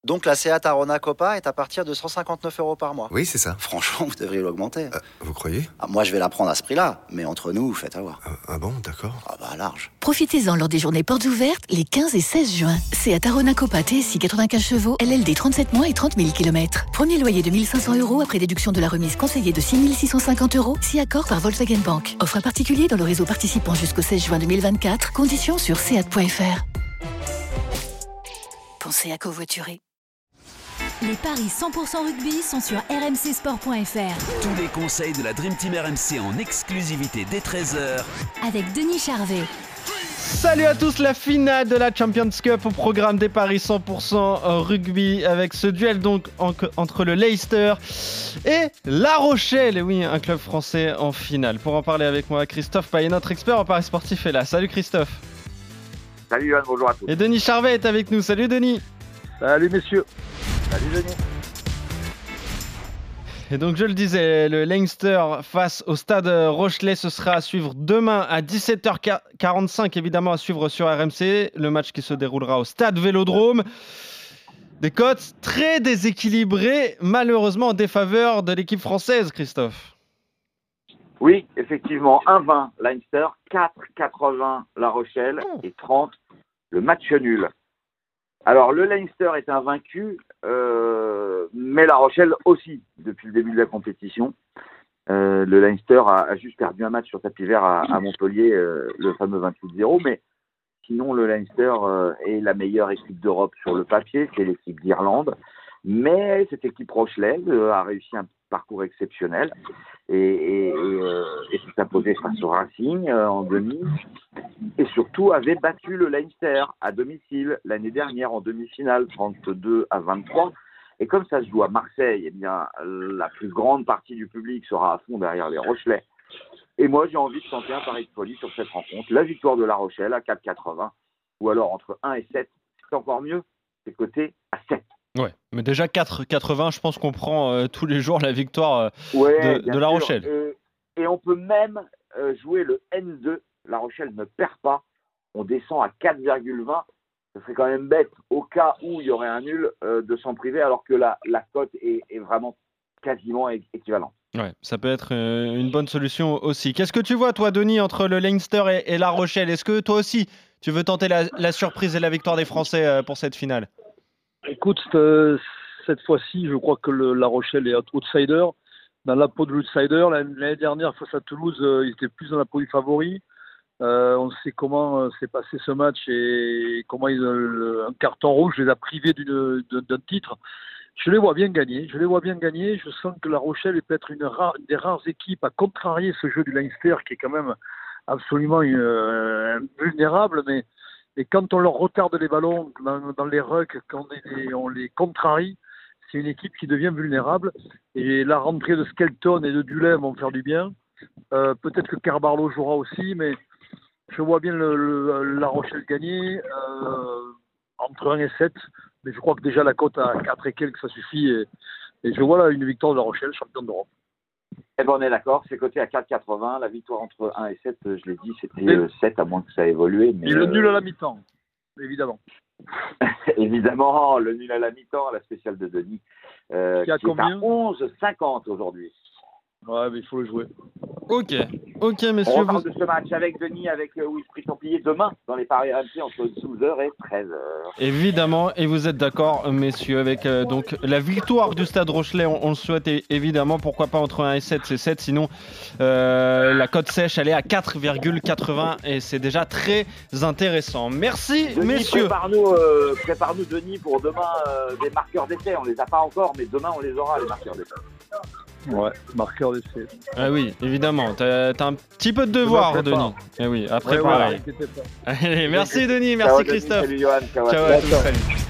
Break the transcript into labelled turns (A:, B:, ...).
A: Donc la Seat Arona Copa est à partir de 159 € par mois.
B: Oui, c'est ça.
A: Franchement, vous devriez l'augmenter.
B: Vous croyez ?
A: Moi, je vais la prendre à ce prix-là, mais entre nous, faites avoir.
B: Ah bon, d'accord.
A: Ah bah large.
C: Profitez-en lors des journées portes ouvertes les 15 et 16 juin. Seat Arona Copa TSI 95 chevaux, LLD 37 mois et 30 000 km. Premier loyer de 1 500 € après déduction de la remise conseillée de 6 650 €, si accord par Volkswagen Bank. Offre à particulier dans le réseau participant jusqu'au 16 juin 2024. Conditions sur seat.fr. Pensez à covoiturer.
D: Les paris 100% rugby sont sur rmcsport.fr.
E: Tous les conseils de la Dream Team RMC en exclusivité dès 13h.
D: Avec Denis Charvet.
F: Salut à tous, la finale de la Champions Cup au programme des paris 100% rugby avec ce duel donc entre le Leicester et La Rochelle. Et oui, un club français en finale. Pour en parler avec moi, Christophe Payet, notre expert en paris sportif est là. Salut Christophe.
G: Salut Yann, bonjour à tous.
F: Et Denis Charvet est avec nous. Salut Denis.
G: Salut messieurs. Salut Denis.
F: Et donc je le disais, le Leinster face au Stade Rochelais, ce sera à suivre demain à 17h45, évidemment à suivre sur RMC, le match qui se déroulera au Stade Vélodrome. Des cotes très déséquilibrées, malheureusement en défaveur de l'équipe française, Christophe.
G: Oui, effectivement, 1,20 Leinster, 4,80 La Rochelle et 30 le match nul. Alors le Leinster est invaincu, mais La Rochelle aussi depuis le début de la compétition. Le Leinster a juste perdu un match sur tapis vert à Montpellier, le fameux 28-0, mais sinon le Leinster est la meilleure équipe d'Europe sur le papier, c'est l'équipe d'Irlande. Mais cette équipe rochelaise a réussi un parcours exceptionnel et s'est imposée face au Racing en demi et surtout avait battu le Leinster à domicile l'année dernière en demi-finale 32-23. Et comme ça se joue à Marseille, eh bien la plus grande partie du public sera à fond derrière les Rochelais. Et moi j'ai envie de tenter un pari de folie sur cette rencontre, la victoire de La Rochelle à 4,80 ou alors entre 1 et 7, c'est encore mieux, c'est coté à 7.
F: Ouais, mais déjà 4,80, je pense qu'on prend tous les jours la victoire de La Rochelle.
G: Et on peut même jouer le N2. La Rochelle ne perd pas. On descend à 4,20. Ce serait quand même bête, au cas où il y aurait un nul, de s'en priver, alors que la cote est vraiment quasiment équivalente.
F: Ouais, ça peut être une bonne solution aussi. Qu'est-ce que tu vois, toi, Denis, entre le Leinster et La Rochelle ? Est-ce que toi aussi, tu veux tenter la surprise et la victoire des Français pour cette finale ?
H: Écoute, cette fois-ci, je crois que La Rochelle est outsider. Dans la peau de l'outsider, l'année dernière, face à Toulouse, ils étaient plus dans la peau du favori. On sait comment s'est passé ce match et comment un carton rouge les a privés d'un titre. Je les vois bien gagner. Je sens que La Rochelle est peut-être une des rares équipes à contrarier ce jeu du Leinster qui est quand même absolument vulnérable, mais et quand on leur retarde les ballons dans les rucks, quand on les contrarie, c'est une équipe qui devient vulnérable. Et la rentrée de Skelton et de Dulin vont faire du bien. Peut-être que Carbarlo jouera aussi, mais je vois bien La Rochelle gagner entre 1 et 7. Mais je crois que déjà la cote à 4 et quelques, ça suffit. Et je vois là une victoire de La Rochelle, champion d'Europe.
G: Eh ben on est d'accord, c'est coté à 4,80. La victoire entre 1 et 7, je l'ai dit, c'était 7, à moins que ça ait évolué. Mais
H: et le nul à la mi-temps, évidemment.
G: Évidemment, le nul à la mi-temps, la spéciale de Denis, qui est à
H: combien ?
G: 11,50 aujourd'hui.
H: Ouais, mais il faut le jouer.
F: Ok, messieurs.
G: On reparle de ce match avec Denis, avec Wilfried Templier, demain, dans les paris RMC, entre 12h et 13h.
F: Évidemment, et vous êtes d'accord, messieurs, avec donc la victoire du Stade Rochelais, on le souhaite évidemment, pourquoi pas entre 1 et 7, c'est 7, sinon la cote sèche, elle est à 4,80 et c'est déjà très intéressant. Merci,
G: Denis,
F: messieurs.
G: Prépare-nous, Denis, pour demain des marqueurs d'essai. On les a pas encore, mais demain, on les aura, les marqueurs d'essai.
H: Ouais, marqueur d'essai.
F: Ah oui, évidemment. T'as un petit peu de devoir, Denis. Eh oui, à préparer.
H: Ouais,
F: Allez, merci Denis, merci
G: ciao,
F: Christophe.
G: Denis, salut Johan.
F: Ciao à tous, salut.